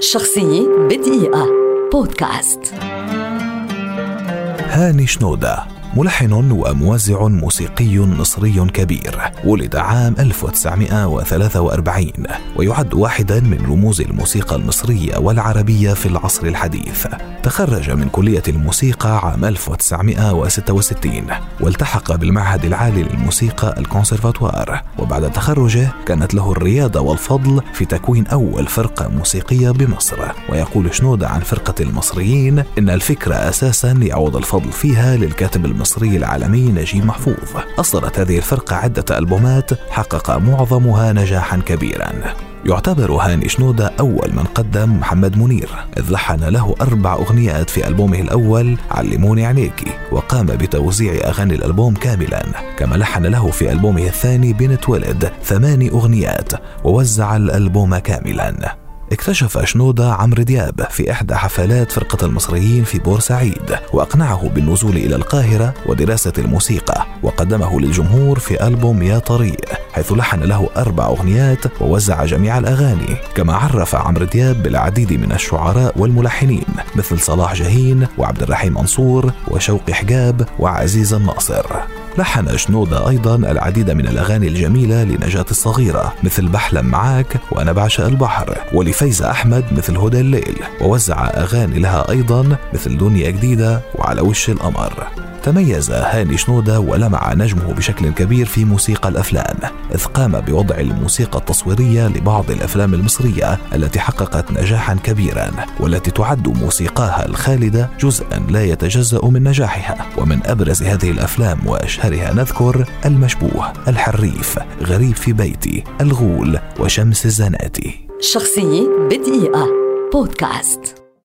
شخصية بدقيقة بودكاست. هاني شنودة ملحن وموزع موسيقي مصري كبير، ولد عام 1943 ويعد واحدا من رموز الموسيقى المصرية والعربية في العصر الحديث. تخرج من كلية الموسيقى عام 1966 والتحق بالمعهد العالي للموسيقى الكونسرفاتوار، وبعد تخرجه كانت له الريادة والفضل في تكوين أول فرقة موسيقية بمصر. ويقول شنودة عن فرقة المصريين إن الفكرة أساسا يعود الفضل فيها للكاتب المصري العالمي نجيب محفوظ. أصدرت هذه الفرقة عدة ألبومات حقق معظمها نجاحا كبيرا. يعتبر هاني شنودة أول من قدم محمد منير، إذ لحن له 4 أغنيات في ألبومه الأول علموني عينيكي، وقام بتوزيع أغاني الألبوم كاملا. كما لحن له في ألبومه الثاني بنتولد 8 أغنيات ووزع الألبوم كاملا. اكتشف شنودة عمرو دياب في إحدى حفلات فرقة المصريين في بورسعيد، وأقنعه بالنزول إلى القاهرة ودراسة الموسيقى، وقدمه للجمهور في ألبوم يا طريق، حيث لحن له 4 أغنيات ووزع جميع الأغاني. كما عرف عمرو دياب بالعديد من الشعراء والملحنين مثل صلاح جاهين وعبد الرحيم منصور وشوقي حجاب وعزيز الناصر. لحن شنودة أيضا العديد من الأغاني الجميلة لنجاة الصغيرة مثل بحلم معاك وأنا بعشق البحر، ولفايزة أحمد مثل هدى الليل، ووزع أغاني لها أيضا مثل دنيا جديدة وعلى وش القمر. تميز هاني شنودة ولمع نجمه بشكل كبير في موسيقى الأفلام، إذ قام بوضع الموسيقى التصويرية لبعض الأفلام المصرية التي حققت نجاحا كبيرا، والتي تعد موسيقاها الخالدة جزءا لا يتجزأ من نجاحها. ومن أبرز هذه الأفلام وأشهرها نذكر المشبوه، الحريف، غريب في بيتي، الغول، وشمس الزناتي. شخصية بدقيقة بودكاست.